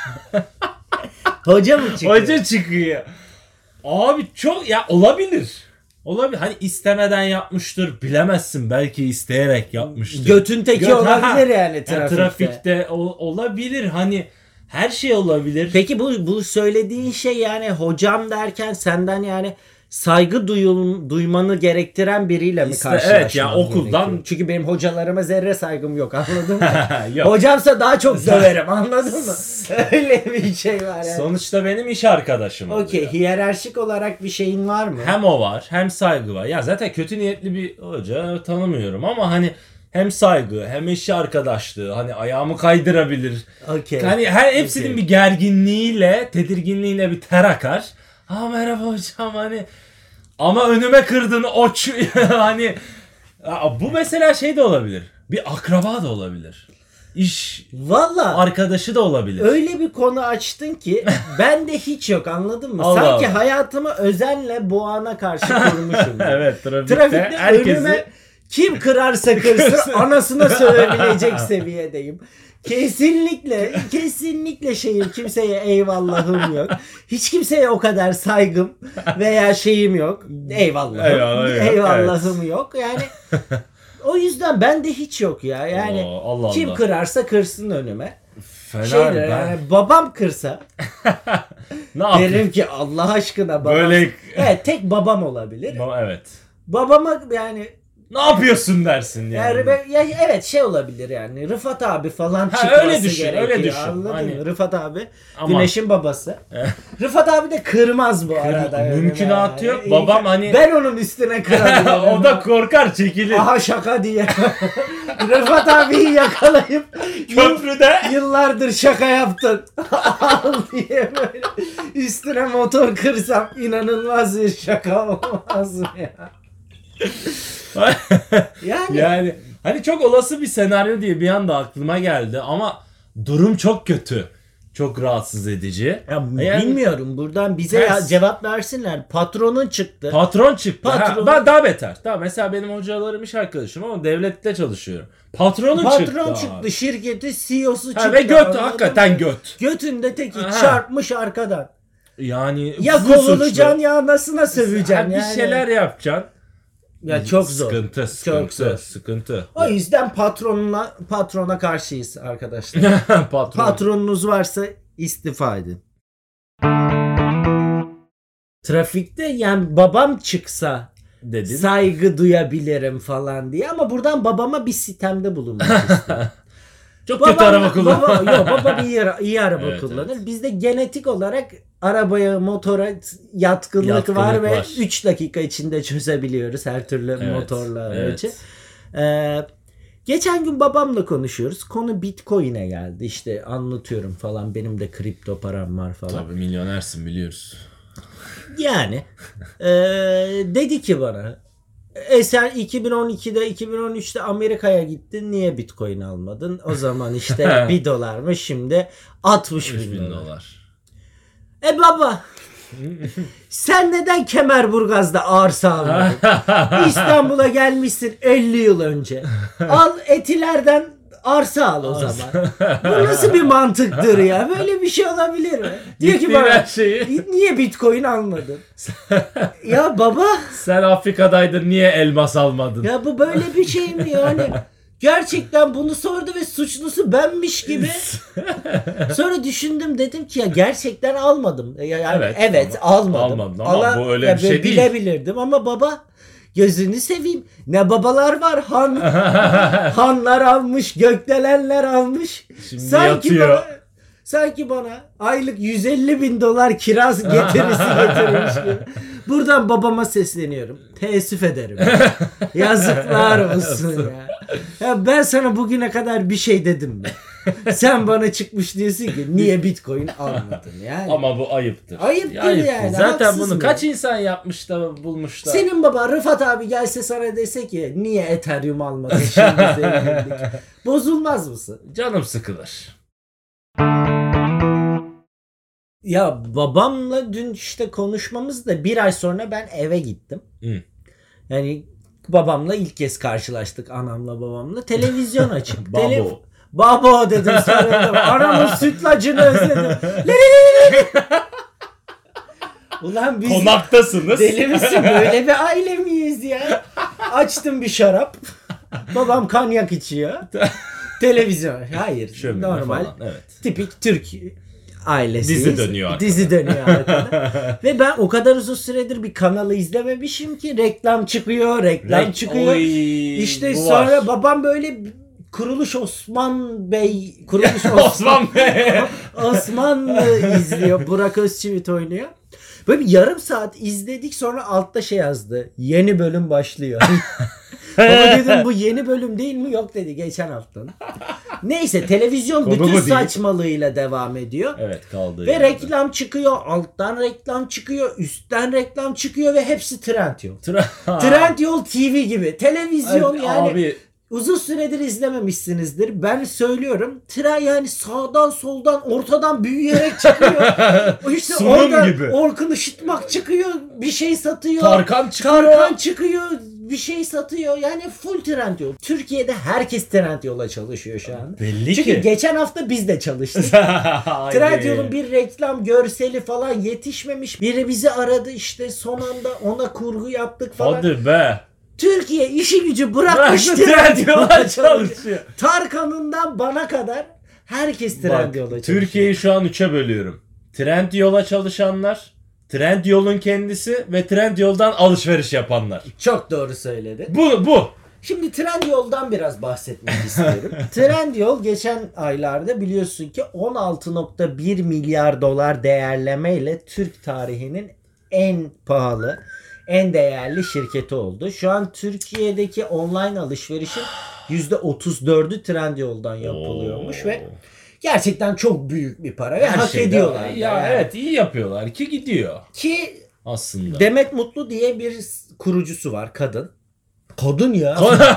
Hoca mı çıkıyor?
Hoca çıkıyor. Abi çok ya olabilir. Olabilir. Hani istemeden yapmıştır. Bilemezsin. Belki isteyerek yapmıştır.
Götün teki olabilir yani trafikte.
Trafikte olabilir. Hani her şey olabilir.
Peki bu söylediğin şey yani hocam derken senden yani saygı duymanı gerektiren biriyle mi karşılaşman
Evet ya okuldan.
gerekiyor? Çünkü benim hocalarıma zerre saygım yok, anladın mı?
Yok.
Hocamsa daha çok döverim, anladın mı? Öyle bir şey var yani.
Sonuçta benim iş arkadaşım oluyor.
Okey, hiyerarşik olarak bir şeyin var mı?
Hem o var hem saygı var. Ya zaten kötü niyetli bir hoca tanımıyorum ama hani hem saygı hem iş arkadaşlığı, hani ayağımı kaydırabilir.
Okay.
Hani hepsinin bir gerginliğiyle, tedirginliğiyle bir ter akar. Merhaba hocam hani ama önüme kırdın hani bu mesela şey de olabilir. Bir akraba da olabilir. İş
Valla
arkadaşı da olabilir.
öyle bir konu açtın ki bende hiç yok, anladın mı?
Allah
Sanki
Allah.
hayatımı özenle boğana karşı kurmuşum.
Evet, trafikte herkesi
önüme kim kırarsa kırsın anasına sövebilecek seviyedeyim. Kesinlikle kimseye eyvallahım yok. Hiç kimseye o kadar saygım veya şeyim yok. Eyvallahım yok. Yani o yüzden bende hiç yok ya. Yani
Allah
kim
Allah.
kırarsa kırsın önüme.
Fena
Yani babam kırsa
ne yapayım?
derim ki Allah aşkına babam.
Böyle
Evet, tek babam olabilir.
evet.
Babama yani
Ne yapıyorsun dersin yani.
evet şey olabilir yani Rıfat abi falan çıkması
öyle düşün,
gerekiyor.
öyle düşün.
Anladın
Hani-
mı? Rıfat abi
Ama-
Güneş'in babası. Rıfat abi de kırmaz bu arada.
Mümkünatı
Yani.
yok. Babam hani
Ben onun üstüne kırabilirim.
o da korkar, çekilir.
Aha şaka diye. Rıfat abiyi yakalayıp
Köprüde.
yıllardır şaka yaptın. Al diye böyle üstüne motor kırsam inanılmaz bir şaka olmaz mı ya?
Yani hani çok olası bir senaryo diye bir anda aklıma geldi ama durum çok kötü. Çok rahatsız edici. Yani
Bilmiyorum, buradan bize
ters.
cevap versinler. Patronun çıktı.
Patron çıktı.
Patron-
Ben daha beter. Tamam, mesela benim hocalarım iş arkadaşım ama devlette çalışıyorum. Patron
çıktı.
abi.
Şirketi CEO'su çıktı.
Ve göt,
anladın
hakikaten
mı?
göt.
Götünde teki
Aha.
çarpmış arkadan.
Yani
Ya
bu
kovulacaksın
suçlu.
ya anasına söveceksin
Ha, bir
yani.
şeyler yapacaksın.
Ya çok zor.
Sıkıntı.
Çok zor.
Sıkıntı.
O yüzden patrona karşıyız arkadaşlar. Patronunuz varsa istifa edin. Trafikte yani babam çıksa
Dedin.
saygı duyabilirim falan diye ama buradan babama bir sitemde bulunmak istiyorum.
Çok kötü araba kullanıyor.
Baba iyi araba
Evet,
kullanır.
evet.
Bizde genetik olarak arabaya, motora yatkınlık var ve 3 dakika içinde çözebiliyoruz her türlü
Evet,
motorla
evet.
aracı. Geçen gün babamla konuşuyoruz. Konu Bitcoin'e geldi. İşte anlatıyorum falan. Benim de kripto param var falan.
Tabii milyonersin biliyoruz.
Yani dedi ki bana sen 2012'de 2013'te Amerika'ya gittin, niye Bitcoin almadın? O zaman işte $1 şimdi 60 bin dolar. Baba sen neden Kemerburgaz'da arsa almadın? İstanbul'a gelmişsin 50 yıl önce. Al Etiler'den arsa al o zaman. Bu nasıl bir mantıktır ya? Böyle bir şey olabilir mi? Diyor ki bana niye Bitcoin almadın? Ya baba.
Sen Afrika'daydın, niye elmas almadın?
Ya bu böyle bir şey mi yani? Gerçekten bunu sordu ve suçlusu benmiş gibi. Sonra düşündüm, dedim ki ya gerçekten almadım. Yani evet almadım.
Ama bu öyle bir şey değil.
Bilebilirdim ama baba, gözünü seveyim. Ne babalar var. Hanlar almış, gökdelenler almış.
Şimdi yatıyor.
Sanki bana aylık $150.000 kiraz getirisi getirmiş gibi. Buradan babama sesleniyorum. Teessüf ederim. Yazıklar olsun ya. Ya ben sana bugüne kadar bir şey dedim mi? Sen bana çıkmış diyorsun ki niye Bitcoin almadın yani.
Ama bu ayıptır.
Ayıptır yani.
Zaten bunu kaç insan yapmış da bulmuş da.
Senin baba Rıfat abi gelse sana dese ki niye Ethereum almadın şimdi zenginlik. Bozulmaz mısın?
Canım sıkılır.
Ya babamla dün işte konuşmamızda bir ay sonra ben eve gittim. Yani babamla ilk kez karşılaştık, anamla babamla. Televizyon açık. Babo dedim, sarıldım. Anamın sütlacını özledim. Ulan biz
konaktasınız.
Deli misin? Böyle bir aile miyiz ya? Açtım bir şarap. Babam kanyak içiyor. Televizyon. Hayır.
Şöyle
normal.
Falan, evet.
Tipik Türk ailesiyiz.
Dizi dönüyor
arkada. Ve ben o kadar uzun süredir bir kanalı izlememişim ki reklam çıkıyor. İşte sonra var. Babam böyle Kuruluş Osman Bey Osman izliyor. Burak Özçivit oynuyor. Böyle bir yarım saat izledik, sonra altta şey yazdı. Yeni bölüm başlıyor. Baba dedim bu yeni bölüm değil mi? Yok dedi, geçen haftanın. Neyse televizyon konu bütün saçmalığıyla devam ediyor.
Evet, kaldı.
Ve reklam çıkıyor, alttan reklam çıkıyor, üstten reklam çıkıyor ve hepsi Trendyol. Trendyol TV gibi. Televizyon yani. Abi. Uzun süredir izlememişsinizdir. Ben söylüyorum. Tren yani sağdan soldan ortadan büyüyerek çıkıyor. İşte oradan gibi. Orkun Işıtmak çıkıyor. Bir şey satıyor.
Tarkan
çıkıyor. Bir şey satıyor. Yani full Trendyol. Türkiye'de herkes Trendyol'a çalışıyor şu an.
Belli
Çünkü
ki.
geçen hafta biz de çalıştık. Trendyol'un bir reklam görseli falan yetişmemiş. Biri bizi aradı, işte son anda ona kurgu yaptık falan.
Hadi be.
Türkiye işi gücü bırakmış Trendyol'a çalışıyor. Tarkan'ından bana kadar herkes Trendyol'a çalışıyor.
Türkiye'yi şu an 3'e bölüyorum. Trendyol'a çalışanlar, Trendyol'un kendisi ve Trendyol'dan alışveriş yapanlar.
Çok doğru söyledi.
Bu.
Şimdi Trendyol'dan biraz bahsetmek istiyorum. Trendyol geçen aylarda biliyorsun ki $16.1 milyar değerlemeyle Türk tarihinin en pahalı, en değerli şirketi oldu. Şu an Türkiye'deki online alışverişin %34'ü Trendyol'dan yapılıyormuş ve gerçekten çok büyük bir para ve hak ediyorlar.
Ya yani. Evet, iyi yapıyorlar ki gidiyor.
Ki
aslında
Demet Mutlu diye bir kurucusu var, kadın. Kadın ya.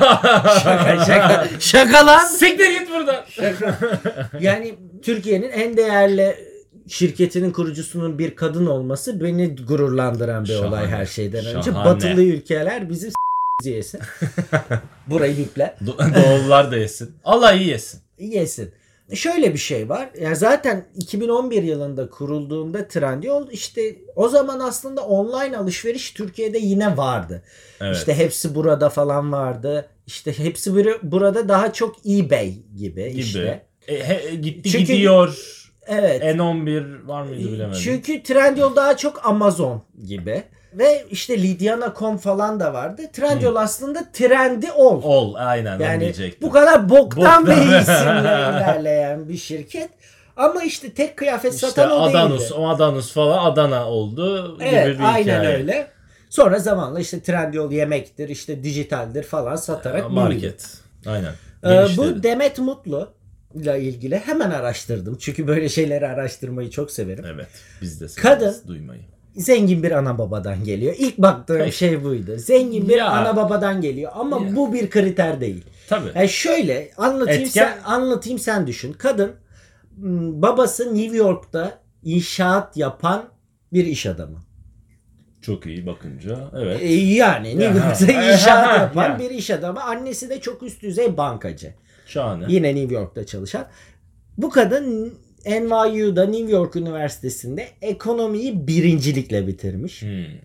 Şaka lan.
Siktir git buradan.
Yani Türkiye'nin en değerli şirketinin kurucusunun bir kadın olması beni gururlandıran bir olay her şeyden önce. Batılı ülkeler bizi yesin. Burayı yükle.
Doğullar da yesin. Allah iyi yesin.
Yesin. Şöyle bir şey var. Yani zaten 2011 yılında kurulduğunda Trendyol, işte o zaman aslında online alışveriş Türkiye'de yine vardı. Evet. İşte hepsi burada falan vardı. İşte hepsi burada daha çok eBay gibi. İşte.
Gidiyor.
Evet.
N11 var mıydı bilemedim.
Çünkü Trendyol daha çok Amazon gibi. Ve işte Lidyana.com falan da vardı. Trendyol aslında Trendyol.
Aynen
yani
diyecektim.
Bu kadar boktan bir isimle ilerleyen bir şirket. Ama işte tek kıyafet
işte
satan o değildi.
Adanus falan Adana oldu gibi bir hikaye.
Aynen öyle. Sonra zamanla işte Trendyol yemektir, işte dijitaldir falan satarak
market. Aynen. Genişledi.
Bu Demet Mutlu ile ilgili hemen araştırdım. Çünkü böyle şeyleri araştırmayı çok severim.
Evet. Biz de
Kadın-
severiz duymayı.
Zengin bir ana babadan geliyor. İlk baktığım şey buydu. Zengin bir
Ya.
ana babadan geliyor ama
Ya.
bu bir kriter değil.
Tabii.
Yani şöyle anlatayım
Etken-
anlatayım sen düşün. Kadın babası New York'ta inşaat yapan bir iş adamı.
Çok iyi bakınca. Evet.
Yani New
Ya.
York'ta inşaat yapan
Ya.
bir iş adamı. Annesi de çok üst düzey bankacı.
Şahane.
Yine New York'ta çalışan. Bu kadın NYU'da New York Üniversitesi'nde ekonomiyi birincilikle bitirmiş.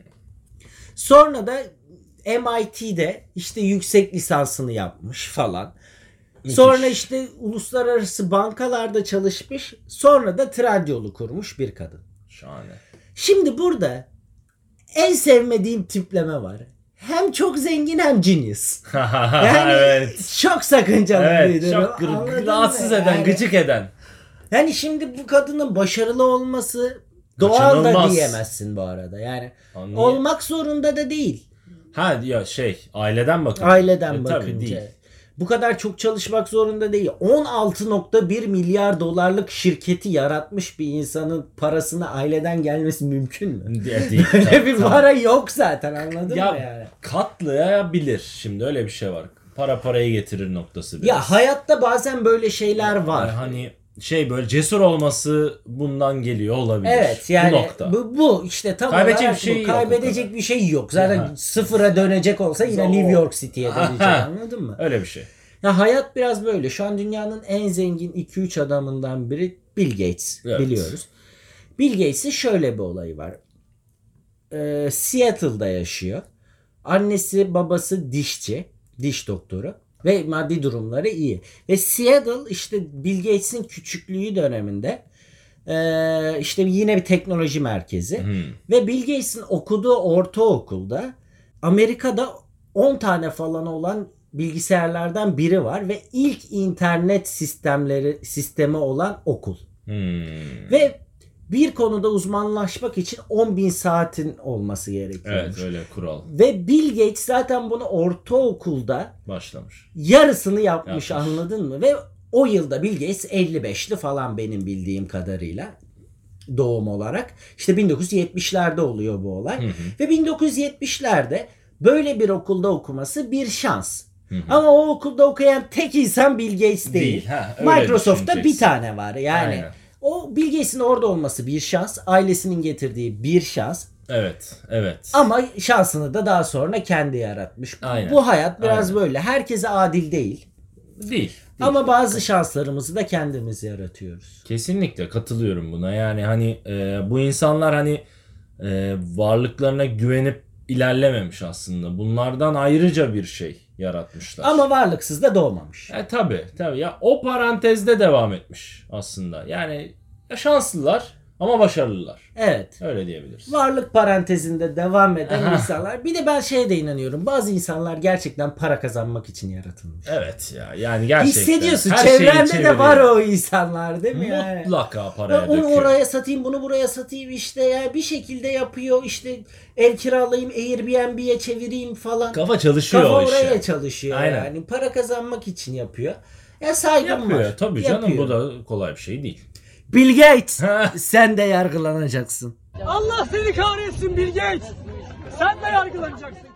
Sonra da MIT'de işte yüksek lisansını yapmış falan.
Müthiş.
Sonra işte uluslararası bankalarda çalışmış. Sonra da Trendyol'u kurmuş bir kadın.
Şahane.
Şimdi burada en sevmediğim tipleme var. Hem çok zengin hem genius. Yani
evet.
çok sakıncalı bir
Evet.
durum.
Çok
Anladın mı?
rahatsız eden,
Yani-
gıcık eden.
Yani şimdi bu kadının başarılı olması doğal da
Kaçınılmaz.
diyemezsin bu arada. Yani
Niye?
olmak zorunda da değil.
Ha ya aileden bakınca.
Aileden
Tabii
bakınca.
değil.
Bu kadar çok çalışmak zorunda değil. 16.1 milyar dolarlık şirketi yaratmış bir insanın parasına aileden gelmesi mümkün mü?
Değil.
Öyle bir
Tabii.
para yok zaten, anladın
Ya
mı yani?
katlayabilir. Şimdi öyle bir şey var. Para parayı getirir noktası biraz.
Ya hayatta bazen böyle şeyler var.
Hani böyle cesur olması bundan geliyor olabilir.
Evet yani
Bu nokta.
bu işte tam
Kaybedecek
olarak
bir şey
bu.
yok o
Kaybedecek
kadar.
bir şey yok. Zaten
Ya.
sıfıra dönecek olsa yine
O-
New York City'ye dönecek,
Aha.
anladın mı?
Öyle bir şey.
Ya hayat biraz böyle. Şu an dünyanın en zengin 2-3 adamından biri Bill Gates,
Evet.
biliyoruz. Bill Gates'in şöyle bir olayı var. Seattle'da yaşıyor. Annesi babası dişçi, diş doktoru ve maddi durumları iyi. Ve Seattle işte Bill Gates'in küçüklüğü döneminde işte yine bir teknoloji merkezi. Ve Bill Gates'in okuduğu ortaokulda Amerika'da 10 tane falan olan bilgisayarlardan biri var ve ilk internet sistemi olan okul. Ve bir konuda uzmanlaşmak için 10.000 saatin olması gerekiyor.
Evet öyle kural
Ve Bill Gates zaten bunu ortaokulda
başlamış.
yarısını yapmış,
Yapmış.
anladın mı? Ve o yılda Bill Gates 55'li falan benim bildiğim kadarıyla doğum olarak. İşte 1970'lerde oluyor bu olay. Ve 1970'lerde böyle bir okulda okuması bir şans. Ama o okulda okuyan tek insan Bill Gates değil.
Ha, öyle
Microsoft'ta bir
düşüneceksin.
tane var. Yani
Aynen.
o Bill Gates'in orada olması bir şans. Ailesinin getirdiği bir şans.
Evet.
Ama şansını da daha sonra kendi yaratmış.
Aynen.
Bu hayat biraz
Aynen.
böyle. Herkese adil değil.
Değil.
Ama bazı şanslarımızı da kendimiz yaratıyoruz.
Kesinlikle katılıyorum buna. Yani hani bu insanlar hani varlıklarına güvenip ilerlememiş aslında. Bunlardan ayrıca bir şey yaratmışlar.
Ama varlıksız da doğmamış.
Tabii. Ya o parantezde devam etmiş aslında. Yani şanslılar ama başarılılar.
Evet.
Öyle diyebiliriz.
Varlık parantezinde devam eden
Aha.
insanlar. Bir de ben şeye de inanıyorum. Bazı insanlar gerçekten para kazanmak için yaratılmış.
Evet ya. Yani gerçekten.
Hissediyorsun.
her şeyi
Çevrende de
çeviriyor.
var o insanlar, değil mi yani?
Mutlaka
Ben
paraya
onu
döküyor.
oraya satayım, bunu buraya satayım, işte ya bir şekilde yapıyor, işte ev kiralayayım, Airbnb'ye çevireyim falan.
Kafa çalışıyor
Kafa
o işe.
oraya çalışıyor.
Aynen.
Yani para kazanmak için yapıyor. Ya saygım
Yapıyor.
var.
Tabii canım
Yapıyor.
bu da kolay bir şey değil.
Bill Gates sen de yargılanacaksın.
Allah seni kahretsin Bill Gates. Sen de yargılanacaksın.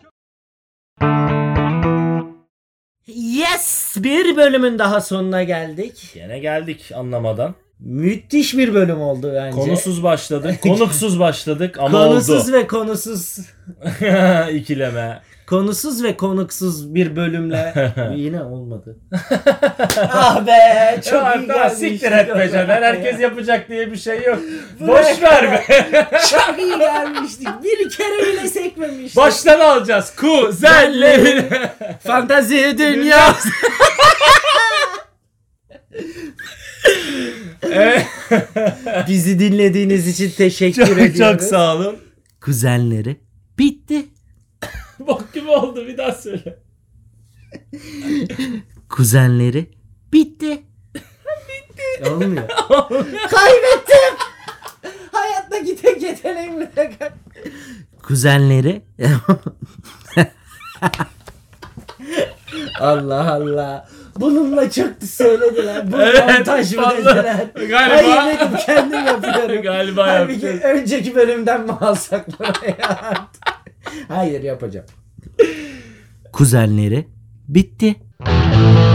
Yes! Bir bölümün daha sonuna geldik.
Gene geldik anlamadan.
Müthiş bir bölüm oldu bence.
Konusuz başladık. Konuksuz başladık ama
Konusuz
oldu.
ve konusuz.
İkileme.
Konusuz ve konuksuz bir bölümle yine olmadı. Ah be, çok iyi
Daha
gelmişti.
siktir et be Caner. Herkes yapacak diye bir şey yok.
Bu
Boş
ne?
ver be.
Çok iyi gelmiştik. Bir kere bile sekmemiştik.
Baştan alacağız. Kuzenlerin.
Fantazi dünyası. Bizi dinlediğiniz için teşekkür
çok,
ediyoruz.
çok sağ olun.
Kuzenleri bitti.
Bok gibi oldu, bir daha söyle.
Kuzenleri bitti. Bitti. Olmuyor. Kaybettim. Hayattaki tek yeteneğim ne? Kuzenleri. Allah Allah. Bununla çok söylediler. Bu
Evet,
montaj mı
fazla.
dediler.
Galiba.
Hayır dedim, kendim yapıyorum.
Galiba
Halbuki
yapacağız.
önceki bölümden mi alsak buraya? Hayır, yapacağım. Kuzenleri bitti.